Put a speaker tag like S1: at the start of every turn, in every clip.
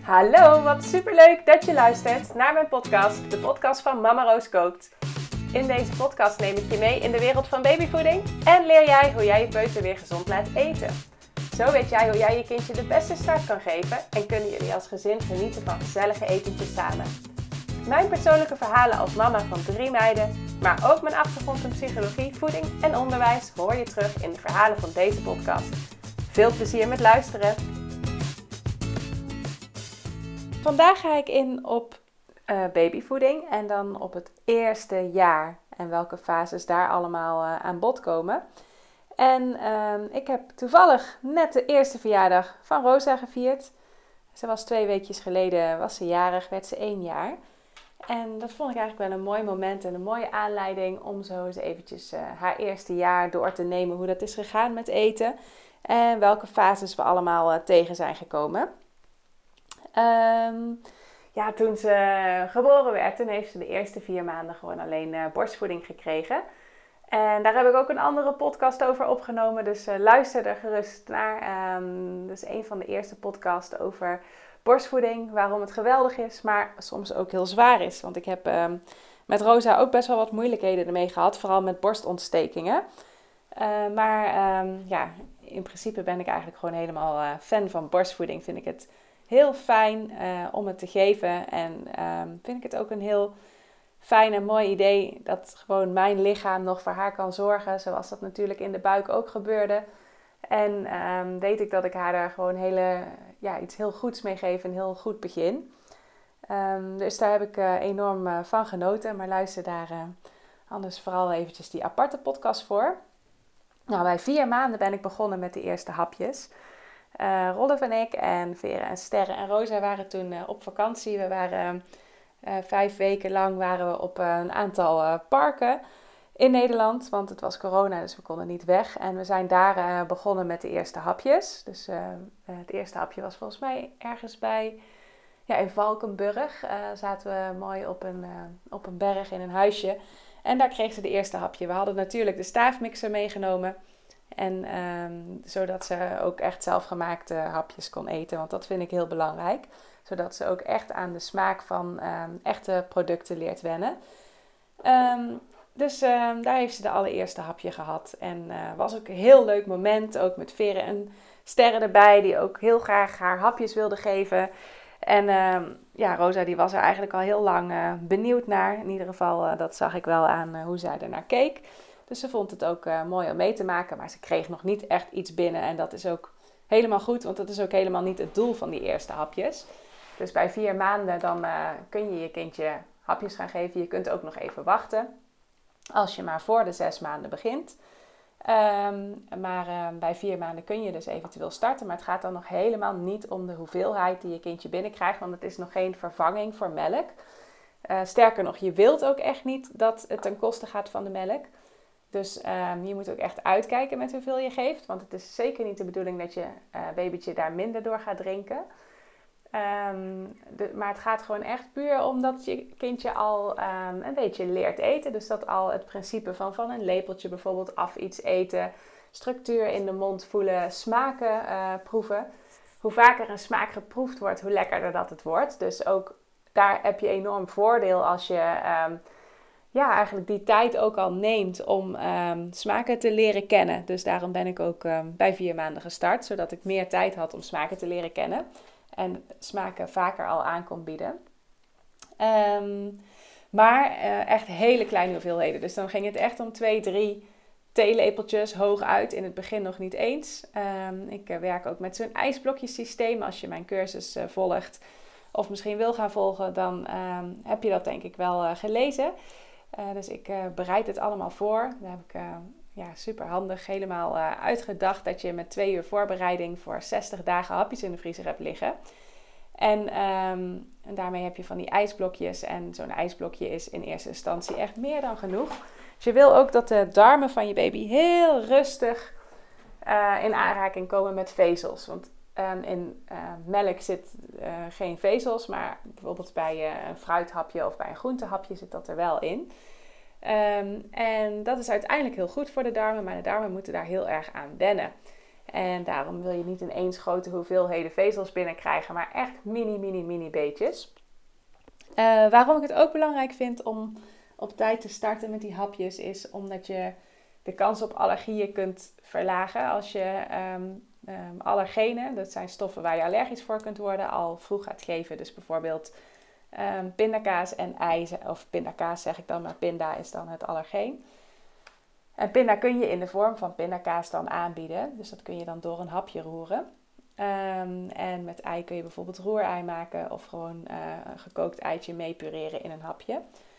S1: Hallo, wat superleuk dat je luistert naar mijn podcast, de podcast van Mama Roos Kookt. In deze podcast neem ik je mee in de wereld van babyvoeding en leer jij hoe jij je peuter weer gezond laat eten. Zo weet jij hoe jij je kindje de beste start kan geven en kunnen jullie als gezin genieten van gezellige etentjes samen. Mijn persoonlijke verhalen als mama van 3 meiden, maar ook mijn achtergrond in psychologie, voeding en onderwijs hoor je terug in de verhalen van deze podcast. Veel plezier met luisteren! Vandaag ga ik in op babyvoeding en dan op het eerste jaar en welke fases daar allemaal aan bod komen. En ik heb toevallig net de eerste verjaardag van Rosa gevierd. Ze was 2 weekjes geleden, was ze jarig, werd ze 1 jaar. En dat vond ik eigenlijk wel een mooi moment en een mooie aanleiding om zo eens eventjes haar eerste jaar door te nemen. Hoe dat is gegaan met eten en welke fases we allemaal tegen zijn gekomen. Toen ze geboren werd, toen heeft ze de eerste 4 maanden gewoon alleen borstvoeding gekregen. En daar heb ik ook een andere podcast over opgenomen, dus luister er gerust naar. Dus een van de eerste podcasts over borstvoeding, waarom het geweldig is, maar soms ook heel zwaar is. Want ik heb met Rosa ook best wel wat moeilijkheden ermee gehad, vooral met borstontstekingen. In principe ben ik eigenlijk gewoon helemaal fan van borstvoeding. Vind ik het heel fijn om het te geven en vind ik het ook een heel fijn en mooi idee dat gewoon mijn lichaam nog voor haar kan zorgen, zoals dat natuurlijk in de buik ook gebeurde. En weet ik dat ik haar daar gewoon iets heel goeds mee geef, een heel goed begin. Dus daar heb ik enorm van genoten, maar luister daar anders vooral eventjes die aparte podcast voor. Nou, bij 4 maanden ben ik begonnen met de eerste hapjes. Rolf en ik en Vera en Sterre en Rosa waren toen op vakantie. We waren 5 weken lang waren we op een aantal parken in Nederland. Want het was corona, dus we konden niet weg. En we zijn daar begonnen met de eerste hapjes. Dus het eerste hapje was volgens mij ergens in Valkenburg. Zaten we mooi op een berg in een huisje. En daar kreeg ze de eerste hapje. We hadden natuurlijk de staafmixer meegenomen. En zodat ze ook echt zelfgemaakte hapjes kon eten. Want dat vind ik heel belangrijk. Zodat ze ook echt aan de smaak van echte producten leert wennen. Daar heeft ze de allereerste hapje gehad. En was ook een heel leuk moment. Ook met Vera en Sterre erbij. Die ook heel graag haar hapjes wilde geven. En Rosa die was er eigenlijk al heel lang benieuwd naar. In ieder geval dat zag ik wel aan hoe zij er naar keek. Dus ze vond het ook mooi om mee te maken. Maar ze kreeg nog niet echt iets binnen. En dat is ook helemaal goed. Want dat is ook helemaal niet het doel van die eerste hapjes. Dus bij 4 maanden dan kun je je kindje hapjes gaan geven. Je kunt ook nog even wachten. Als je maar voor de 6 maanden begint. Bij 4 maanden kun je dus eventueel starten. Maar het gaat dan nog helemaal niet om de hoeveelheid die je kindje binnenkrijgt. Want het is nog geen vervanging voor melk. Sterker nog, je wilt ook echt niet dat het ten koste gaat van de melk. Dus je moet ook echt uitkijken met hoeveel je geeft. Want het is zeker niet de bedoeling dat je babytje daar minder door gaat drinken. Maar het gaat gewoon echt puur omdat je kindje al een beetje leert eten. Dus dat al het principe van een lepeltje bijvoorbeeld af iets eten. Structuur in de mond voelen, smaken proeven. Hoe vaker een smaak geproefd wordt, hoe lekkerder dat het wordt. Dus ook daar heb je enorm voordeel als je eigenlijk die tijd ook al neemt om smaken te leren kennen. Dus daarom ben ik ook bij 4 maanden gestart. Zodat ik meer tijd had om smaken te leren kennen. En smaken vaker al aan kon bieden. Echt hele kleine hoeveelheden. Dus dan ging het echt om 2, 3 theelepeltjes hooguit. In het begin nog niet eens. Ik werk ook met zo'n ijsblokjesysteem. Als je mijn cursus volgt of misschien wil gaan volgen, dan heb je dat denk ik wel gelezen. Dus ik bereid het allemaal voor. Daar heb ik super handig helemaal uitgedacht dat je met 2 uur voorbereiding voor 60 dagen hapjes in de vriezer hebt liggen. En daarmee heb je van die ijsblokjes. En zo'n ijsblokje is in eerste instantie echt meer dan genoeg. Dus je wil ook dat de darmen van je baby heel rustig in aanraking komen met vezels. Want in melk zit geen vezels, maar bijvoorbeeld bij een fruithapje of bij een groentehapje zit dat er wel in. En dat is uiteindelijk heel goed voor de darmen, maar de darmen moeten daar heel erg aan wennen. En daarom wil je niet ineens grote hoeveelheden vezels binnenkrijgen, maar echt mini beetjes. Waarom ik het ook belangrijk vind om op tijd te starten met die hapjes, is omdat je de kans op allergieën kunt verlagen als je allergenen, dat zijn stoffen waar je allergisch voor kunt worden, al vroeg gaat geven. Dus bijvoorbeeld pindakaas en ei, of pindakaas zeg ik dan, maar pinda is dan het allergeen. En pinda kun je in de vorm van pindakaas dan aanbieden. Dus dat kun je dan door een hapje roeren. En met ei kun je bijvoorbeeld roerei maken of gewoon een gekookt eitje meepureren in een hapje.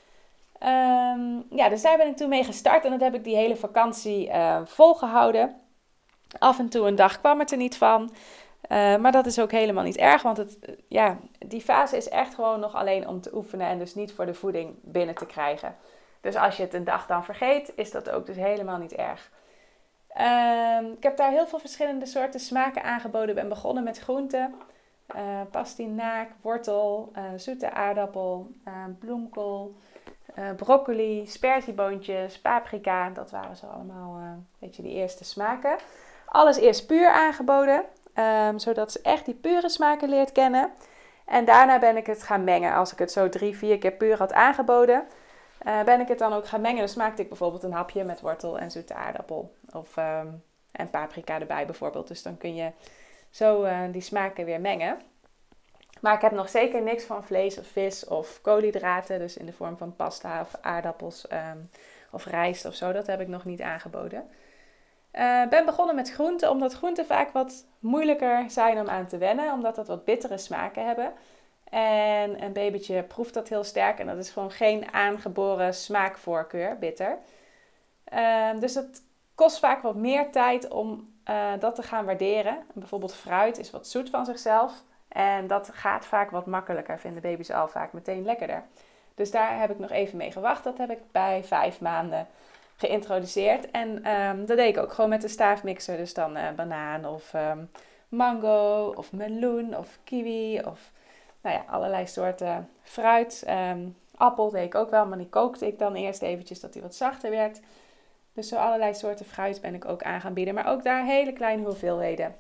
S1: Dus daar ben ik toen mee gestart en dat heb ik die hele vakantie volgehouden. Af en toe een dag kwam het er niet van. Maar dat is ook helemaal niet erg, want die fase is echt gewoon nog alleen om te oefenen en dus niet voor de voeding binnen te krijgen. Dus als je het een dag dan vergeet, is dat ook dus helemaal niet erg. Ik heb daar heel veel verschillende soorten smaken aangeboden. Ik ben begonnen met groenten. Pastinaak, wortel, zoete aardappel, bloemkool, broccoli, sperzieboontjes, paprika. Dat waren zo allemaal die eerste smaken. Alles eerst puur aangeboden, zodat ze echt die pure smaken leert kennen. En daarna ben ik het gaan mengen. Als ik het zo 3-4 keer puur had aangeboden, ben ik het dan ook gaan mengen. Dan smaakte ik bijvoorbeeld een hapje met wortel en zoete aardappel. En paprika erbij bijvoorbeeld. Dus dan kun je zo die smaken weer mengen. Maar ik heb nog zeker niks van vlees of vis of koolhydraten. Dus in de vorm van pasta of aardappels of rijst of zo. Dat heb ik nog niet aangeboden. Ben begonnen met groenten, omdat groenten vaak wat moeilijker zijn om aan te wennen. Omdat dat wat bittere smaken hebben. En een babytje proeft dat heel sterk. En dat is gewoon geen aangeboren smaakvoorkeur, bitter. Dus het kost vaak wat meer tijd om dat te gaan waarderen. Bijvoorbeeld fruit is wat zoet van zichzelf. En dat gaat vaak wat makkelijker, vinden baby's al vaak meteen lekkerder. Dus daar heb ik nog even mee gewacht. Dat heb ik bij 5 maanden geïntroduceerd. En dat deed ik ook gewoon met de staafmixer. Dus dan banaan of mango of meloen of kiwi of allerlei soorten fruit. Appel deed ik ook wel, maar die kookte ik dan eerst eventjes dat die wat zachter werd. Dus zo allerlei soorten fruit ben ik ook aan gaan bieden. Maar ook daar hele kleine hoeveelheden.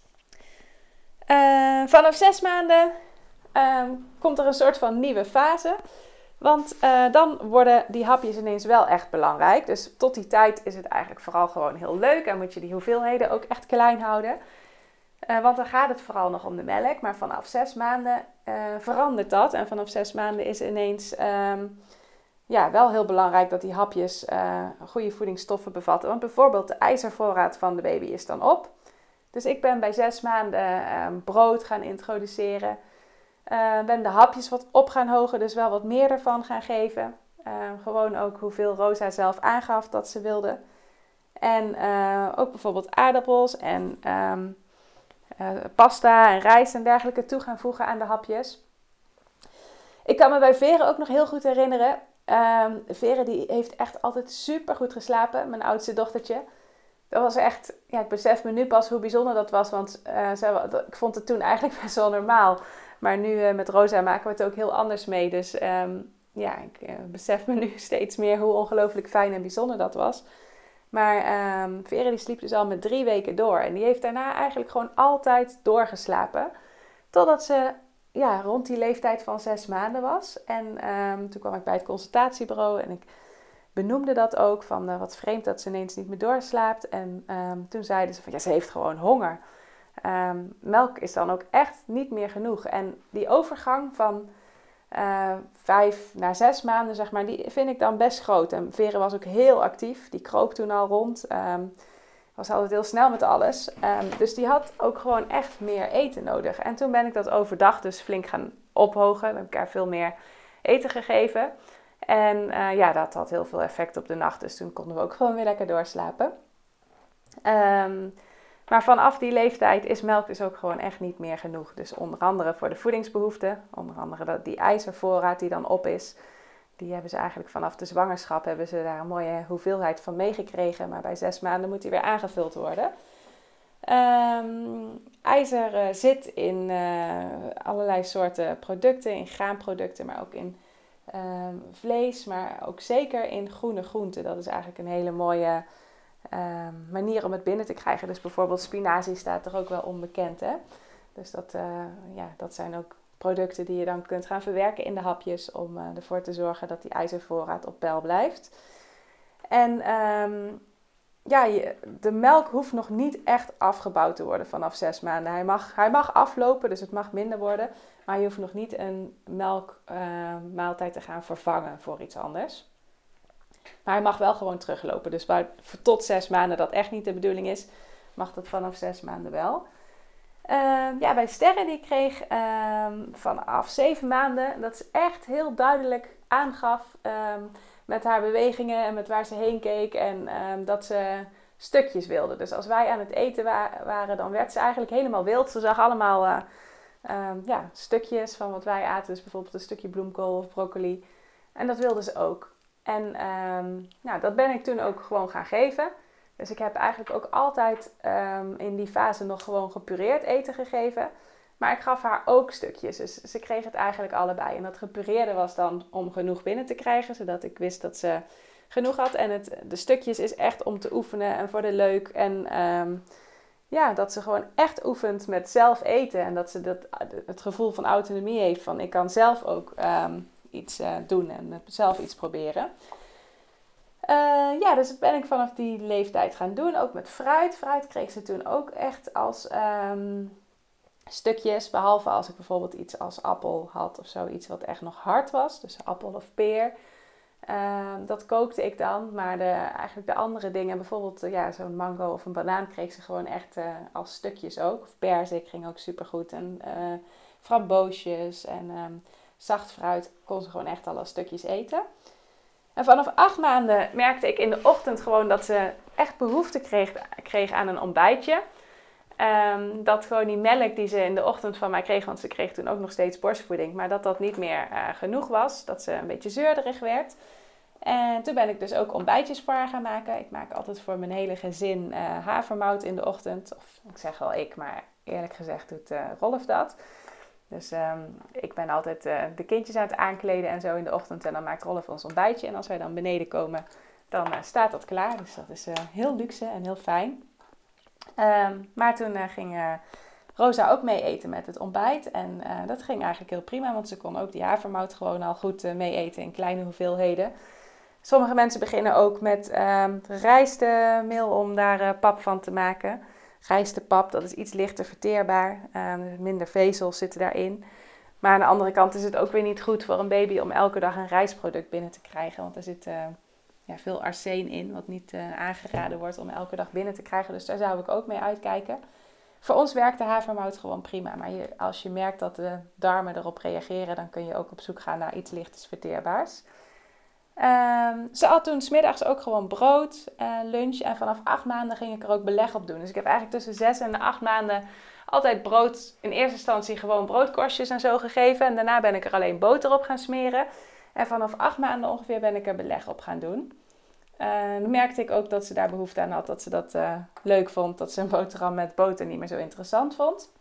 S1: Vanaf 6 maanden komt er een soort van nieuwe fase. Want dan worden die hapjes ineens wel echt belangrijk. Dus tot die tijd is het eigenlijk vooral gewoon heel leuk. En moet je die hoeveelheden ook echt klein houden. Want dan gaat het vooral nog om de melk. Maar vanaf 6 maanden verandert dat. En vanaf 6 maanden is ineens wel heel belangrijk dat die hapjes goede voedingsstoffen bevatten. Want bijvoorbeeld de ijzervoorraad van de baby is dan op. Dus ik ben bij 6 maanden brood gaan introduceren. Ben de hapjes wat op gaan hogen, dus wel wat meer ervan gaan geven. Gewoon ook hoeveel Rosa zelf aangaf dat ze wilde. En ook bijvoorbeeld aardappels en pasta en rijst en dergelijke toe gaan voegen aan de hapjes. Ik kan me bij Vere ook nog heel goed herinneren. Vere die heeft echt altijd super goed geslapen, mijn oudste dochtertje. Dat was echt, ik besef me nu pas hoe bijzonder dat was, want ik vond het toen eigenlijk best wel normaal. Maar nu met Rosa maken we het ook heel anders mee. Dus ik besef me nu steeds meer hoe ongelooflijk fijn en bijzonder dat was. Maar Vere die sliep dus al met 3 weken door. En die heeft daarna eigenlijk gewoon altijd doorgeslapen. Totdat ze rond die leeftijd van 6 maanden was. En toen kwam ik bij het consultatiebureau en ik benoemde dat ook. Van wat vreemd dat ze ineens niet meer doorslaapt. En toen zeiden ze van ze heeft gewoon honger. Melk is dan ook echt niet meer genoeg. En die overgang van 5 naar 6 maanden, zeg maar, die vind ik dan best groot. En Vere was ook heel actief. Die kroop toen al rond. Was altijd heel snel met alles. Dus die had ook gewoon echt meer eten nodig. En toen ben ik dat overdag dus flink gaan ophogen. Dan heb ik haar veel meer eten gegeven. En dat had heel veel effect op de nacht. Dus toen konden we ook gewoon weer lekker doorslapen. Maar vanaf die leeftijd is melk dus ook gewoon echt niet meer genoeg. Dus onder andere voor de voedingsbehoeften. Onder andere die ijzervoorraad die dan op is. Die hebben ze eigenlijk vanaf de zwangerschap hebben ze daar een mooie hoeveelheid van meegekregen. Maar bij 6 maanden moet die weer aangevuld worden. IJzer zit in allerlei soorten producten. In graanproducten, maar ook in vlees. Maar ook zeker in groene groenten. Dat is eigenlijk een hele mooie manier om het binnen te krijgen. Dus bijvoorbeeld spinazie staat er ook wel onbekend. Hè? Dus dat zijn ook producten die je dan kunt gaan verwerken in de hapjes om ervoor te zorgen dat die ijzervoorraad op peil blijft. En de melk hoeft nog niet echt afgebouwd te worden vanaf 6 maanden. Hij mag aflopen, dus het mag minder worden. Maar je hoeft nog niet een melkmaaltijd te gaan vervangen voor iets anders. Maar hij mag wel gewoon teruglopen. Dus waar tot 6 maanden dat echt niet de bedoeling is, mag dat vanaf 6 maanden wel. Bij Sterre die kreeg vanaf 7 maanden, dat ze echt heel duidelijk aangaf met haar bewegingen en met waar ze heen keek en dat ze stukjes wilde. Dus als wij aan het eten waren, dan werd ze eigenlijk helemaal wild. Ze zag allemaal stukjes van wat wij aten. Dus bijvoorbeeld een stukje bloemkool of broccoli. En dat wilde ze ook. En dat ben ik toen ook gewoon gaan geven. Dus ik heb eigenlijk ook altijd in die fase nog gewoon gepureerd eten gegeven. Maar ik gaf haar ook stukjes. Dus ze kreeg het eigenlijk allebei. En dat gepureerde was dan om genoeg binnen te krijgen. Zodat ik wist dat ze genoeg had. En de stukjes is echt om te oefenen en voor de leuk. En dat ze gewoon echt oefent met zelf eten. En dat ze het gevoel van autonomie heeft. Van ik kan zelf ook iets doen en zelf iets proberen. Dus dat ben ik vanaf die leeftijd gaan doen. Ook met fruit. Fruit kreeg ze toen ook echt als stukjes. Behalve als ik bijvoorbeeld iets als appel had of zoiets wat echt nog hard was. Dus appel of peer. Dat kookte ik dan. Maar eigenlijk de andere dingen, bijvoorbeeld zo'n mango of een banaan, kreeg ze gewoon echt als stukjes ook. Of perzik ging ook supergoed. En framboosjes en zacht fruit kon ze gewoon echt al als stukjes eten. En vanaf 8 maanden merkte ik in de ochtend gewoon dat ze echt behoefte kreeg aan een ontbijtje. Dat gewoon die melk die ze in de ochtend van mij kreeg, want ze kreeg toen ook nog steeds borstvoeding, maar dat niet meer genoeg was. Dat ze een beetje zeurderig werd. En toen ben ik dus ook ontbijtjes voor haar gaan maken. Ik maak altijd voor mijn hele gezin havermout in de ochtend. Of ik zeg wel ik, maar eerlijk gezegd doet Rolf dat. Dus ik ben altijd de kindjes aan het aankleden en zo in de ochtend. En dan maakt Rolf ons ontbijtje. En als wij dan beneden komen, dan staat dat klaar. Dus dat is heel luxe en heel fijn. Maar toen ging Rosa ook mee eten met het ontbijt. En dat ging eigenlijk heel prima. Want ze kon ook die havermout gewoon al goed mee eten in kleine hoeveelheden. Sommige mensen beginnen ook met rijstmeel om daar pap van te maken. Rijstepap, dat is iets lichter verteerbaar. Minder vezels zitten daarin. Maar aan de andere kant is het ook weer niet goed voor een baby om elke dag een rijstproduct binnen te krijgen. Want er zit veel arsen in, wat niet aangeraden wordt om elke dag binnen te krijgen. Dus daar zou ik ook mee uitkijken. Voor ons werkt de havermout gewoon prima. Maar als je merkt dat de darmen erop reageren, dan kun je ook op zoek gaan naar iets lichters verteerbaars. Ze at toen 's middags ook gewoon brood, lunch. En vanaf 8 maanden ging ik er ook beleg op doen. Dus ik heb eigenlijk tussen 6 en 8 maanden altijd brood, in eerste instantie gewoon broodkorstjes en zo gegeven. En daarna ben ik er alleen boter op gaan smeren. En vanaf 8 maanden ongeveer ben ik er beleg op gaan doen. Dan merkte ik ook dat ze daar behoefte aan had. Dat ze dat leuk vond. Dat ze een boterham met boter niet meer zo interessant vond.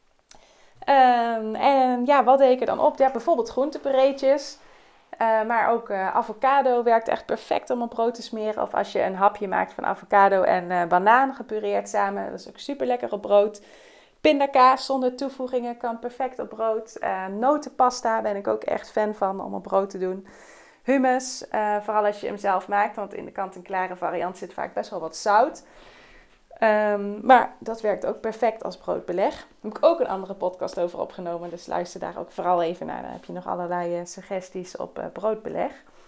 S1: Wat deed ik er dan op? Ja, bijvoorbeeld groentepureetjes. Maar ook avocado werkt echt perfect om op brood te smeren. Of als je een hapje maakt van avocado en banaan gepureerd samen. Dat is ook super lekker op brood. Pindakaas zonder toevoegingen kan perfect op brood. Notenpasta ben ik ook echt fan van om op brood te doen. Hummus, vooral als je hem zelf maakt. Want in de kant-en-klare variant zit vaak best wel wat zout. Maar dat werkt ook perfect als broodbeleg. Daar heb ik ook een andere podcast over opgenomen. Dus luister daar ook vooral even naar. Dan heb je nog allerlei suggesties op broodbeleg.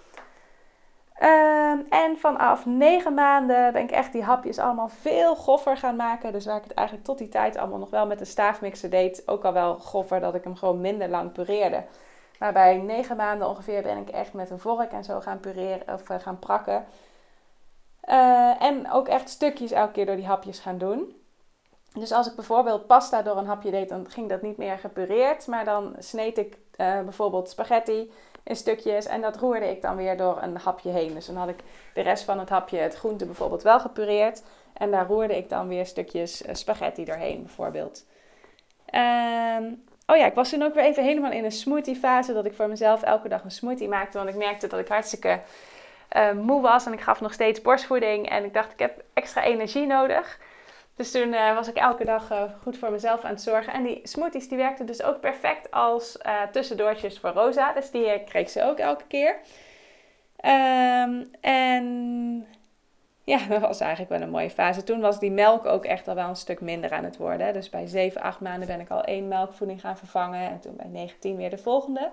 S1: En vanaf 9 maanden ben ik echt die hapjes allemaal veel goffer gaan maken. Dus waar ik het eigenlijk tot die tijd allemaal nog wel met de staafmixer deed. Ook al wel goffer dat ik hem gewoon minder lang pureerde. Maar bij 9 maanden ongeveer ben ik echt met een vork en zo gaan pureren of gaan prakken. En ook echt stukjes elke keer door die hapjes gaan doen. Dus als ik bijvoorbeeld pasta door een hapje deed, dan ging dat niet meer gepureerd. Maar dan sneed ik bijvoorbeeld spaghetti in stukjes en dat roerde ik dan weer door een hapje heen. Dus dan had ik de rest van het hapje, het groente bijvoorbeeld, wel gepureerd. En daar roerde ik dan weer stukjes spaghetti doorheen bijvoorbeeld. Ik was toen ook weer even helemaal in een smoothie fase. Dat ik voor mezelf elke dag een smoothie maakte. Want ik merkte dat ik hartstikke moe was en ik gaf nog steeds borstvoeding. En ik dacht, ik heb extra energie nodig. Dus toen was ik elke dag goed voor mezelf aan het zorgen. En die smoothies die werkten dus ook perfect als tussendoortjes voor Rosa. Dus die kreeg ze ook elke keer. En ja, dat was eigenlijk wel een mooie fase. Toen was die melk ook echt al wel een stuk minder aan het worden. Dus bij 7, 8 maanden ben ik al 1 melkvoeding gaan vervangen. En toen bij 19 weer de volgende.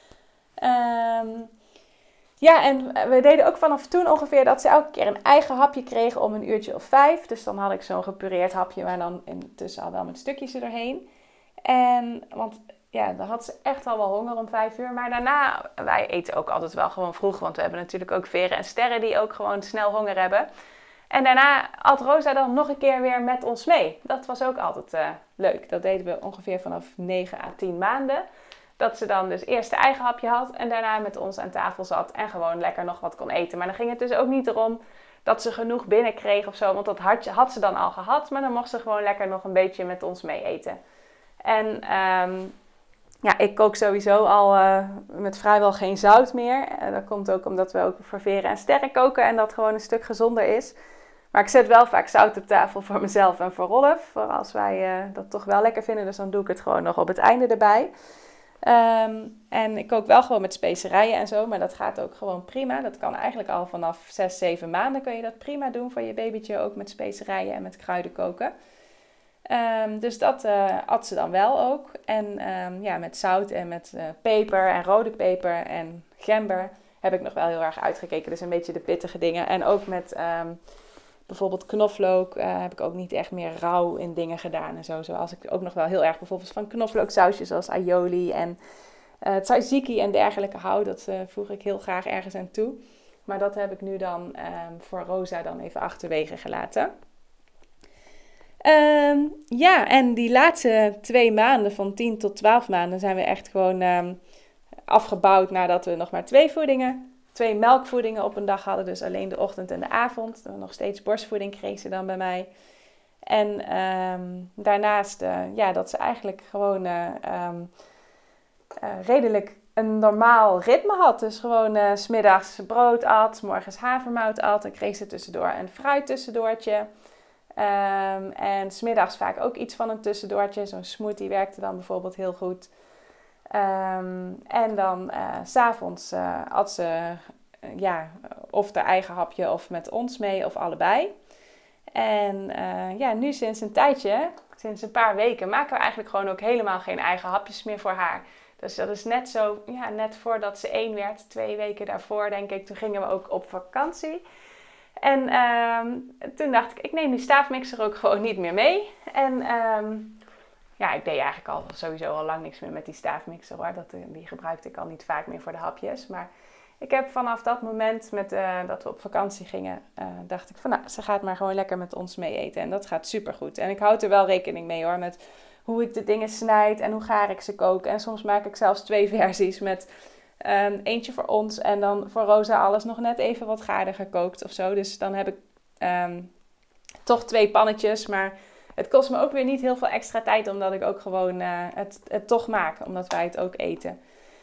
S1: Ja, en we deden ook vanaf toen ongeveer dat ze elke keer een eigen hapje kregen om 1 uurtje of 5. Dus dan had ik zo'n gepureerd hapje, maar dan intussen al wel met stukjes erdoorheen. Want ja, dan had ze echt al wel honger om 5 uur. Maar daarna, wij eten ook altijd wel gewoon vroeg. Want we hebben natuurlijk ook Veren en Sterren die ook gewoon snel honger hebben. En daarna at Rosa dan nog een keer weer met ons mee. Dat was ook altijd leuk. Dat deden we ongeveer vanaf 9 à 10 maanden. Dat ze dan dus eerst de eigen hapje had en daarna met ons aan tafel zat en gewoon lekker nog wat kon eten. Maar dan ging het dus ook niet erom dat ze genoeg binnenkreeg of zo, want dat had ze dan al gehad. Maar dan mocht ze gewoon lekker nog een beetje met ons mee eten. En ja, ik kook sowieso al met vrijwel geen zout meer. Dat komt ook omdat we ook voor Veren en Sterren koken en dat gewoon een stuk gezonder is. Maar ik zet wel vaak zout op tafel voor mezelf en voor Rolf. Voor als wij dat toch wel lekker vinden, dus dan doe ik het gewoon nog op het einde erbij. En ik kook wel gewoon met specerijen en zo, maar dat gaat ook gewoon prima. Dat kan eigenlijk al vanaf 6, 7 maanden kun je dat prima doen voor je babytje, ook met specerijen en met kruiden koken. Dus dat at ze dan wel ook. En ja, met zout en met peper en rode peper en gember heb ik nog wel heel erg uitgekeken. Dus een beetje de pittige dingen. En ook met bijvoorbeeld knoflook heb ik ook niet echt meer rauw in dingen gedaan en zo. Zoals ik ook nog wel heel erg bijvoorbeeld van knoflooksausjes zoals aioli en tzatziki en dergelijke hou. Dat voeg ik heel graag ergens aan toe. Maar dat heb ik nu dan voor Rosa dan even achterwege gelaten. Ja, en die laatste 2 maanden, van 10 tot 12 maanden, zijn we echt gewoon afgebouwd nadat we nog maar 2 melkvoedingen op een dag hadden. Dus alleen de ochtend en de avond. Nog steeds borstvoeding kreeg ze dan bij mij. En daarnaast ja, dat ze eigenlijk gewoon redelijk een normaal ritme had. Dus gewoon 's middags brood at, 's morgens havermout at. Dan kreeg ze tussendoor een fruit tussendoortje. En 's middags vaak ook iets van een tussendoortje. Zo'n smoothie werkte dan bijvoorbeeld heel goed. En dan 's avonds at ze ja, of haar eigen hapje of met ons mee of allebei. En ja, nu sinds een tijdje, sinds een paar weken, maken we eigenlijk gewoon ook helemaal geen eigen hapjes meer voor haar. Dus dat is net zo, ja, net voordat ze 1 werd, 2 weken daarvoor denk ik, toen gingen we ook op vakantie. En toen dacht ik neem die staafmixer ook gewoon niet meer mee. En ja, ik deed eigenlijk al sowieso al lang niks meer met die staafmixer hoor. Die gebruikte ik al niet vaak meer voor de hapjes. Maar ik heb vanaf dat moment dat we op vakantie gingen, dacht ik van nou, ze gaat maar gewoon lekker met ons mee eten. En dat gaat supergoed. En ik houd er wel rekening mee hoor, met hoe ik de dingen snijd en hoe gaar ik ze kook. En soms maak ik zelfs 2 versies met eentje voor ons en dan voor Rosa alles nog net even wat gaarder gekookt of zo. Dus dan heb ik toch 2 pannetjes, maar het kost me ook weer niet heel veel extra tijd, omdat ik ook gewoon het toch maak, omdat wij het ook eten.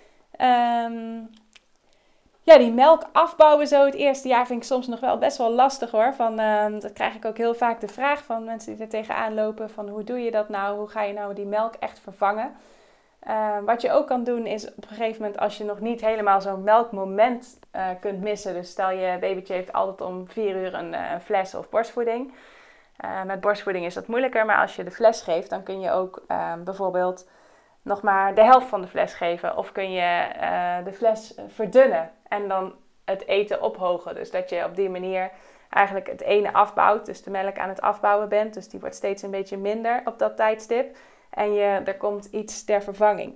S1: Ja, die melk afbouwen zo het eerste jaar vind ik soms nog wel best wel lastig hoor. Dat krijg ik ook heel vaak de vraag van mensen die er tegenaan lopen. Van hoe doe je dat nou? Hoe ga je nou die melk echt vervangen? Wat je ook kan doen is op een gegeven moment als je nog niet helemaal zo'n melkmoment kunt missen. Dus stel je babytje heeft altijd om 4 uur een fles of borstvoeding. Met borstvoeding is dat moeilijker, maar als je de fles geeft dan kun je ook bijvoorbeeld nog maar de helft van de fles geven. Of kun je de fles verdunnen en dan het eten ophogen. Dus dat je op die manier eigenlijk het ene afbouwt, dus de melk aan het afbouwen bent. Dus die wordt steeds een beetje minder op dat tijdstip. En er komt iets ter vervanging.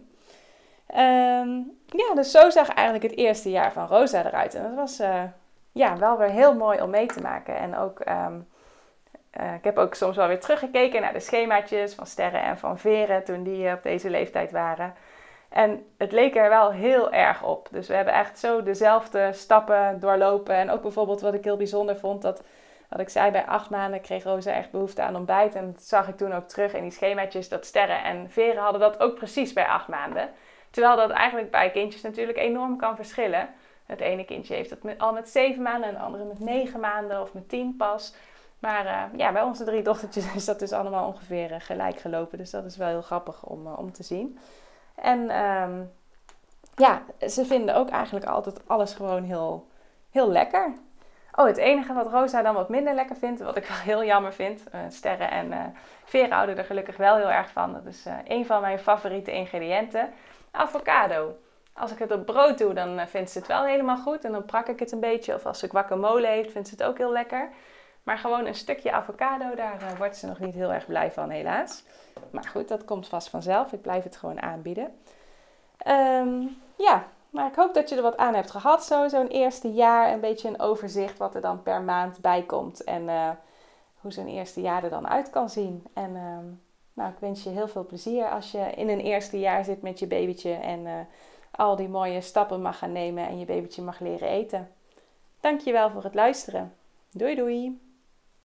S1: Ja, dus zo zag eigenlijk het eerste jaar van Rosa eruit. En dat was ja, wel weer heel mooi om mee te maken. En ook, ik heb ook soms wel weer teruggekeken naar de schemaatjes van Sterren en van Veren toen die op deze leeftijd waren. En het leek er wel heel erg op. Dus we hebben echt zo dezelfde stappen doorlopen. En ook bijvoorbeeld wat ik heel bijzonder vond, dat wat ik zei, bij 8 maanden kreeg Rosa echt behoefte aan ontbijt. En dat zag ik toen ook terug in die schemaatjes, dat Sterren en Veren hadden dat ook precies bij 8 maanden. Terwijl dat eigenlijk bij kindjes natuurlijk enorm kan verschillen. Het ene kindje heeft het al met 7 maanden en de andere met 9 maanden of met 10 pas. Maar bij onze 3 dochtertjes is dat dus allemaal ongeveer gelijk gelopen. Dus dat is wel heel grappig om te zien. En ze vinden ook eigenlijk altijd alles gewoon heel, heel lekker. Oh, het enige wat Rosa dan wat minder lekker vindt, wat ik wel heel jammer vind. Sterre en Vera houden er gelukkig wel heel erg van. Dat is een van mijn favoriete ingrediënten. Avocado. Als ik het op brood doe, dan vindt ze het wel helemaal goed. En dan prak ik het een beetje. Of als ze guacamole heeft, vindt ze het ook heel lekker. Maar gewoon een stukje avocado, daar wordt ze nog niet heel erg blij van, helaas. Maar goed, dat komt vast vanzelf. Ik blijf het gewoon aanbieden. Maar ik hoop dat je er wat aan hebt gehad. Zo'n eerste jaar, een beetje een overzicht wat er dan per maand bij komt. En hoe zo'n eerste jaar er dan uit kan zien. En ik wens je heel veel plezier als je in een eerste jaar zit met je babytje. En al die mooie stappen mag gaan nemen en je babytje mag leren eten. Dankjewel voor het luisteren. Doei doei!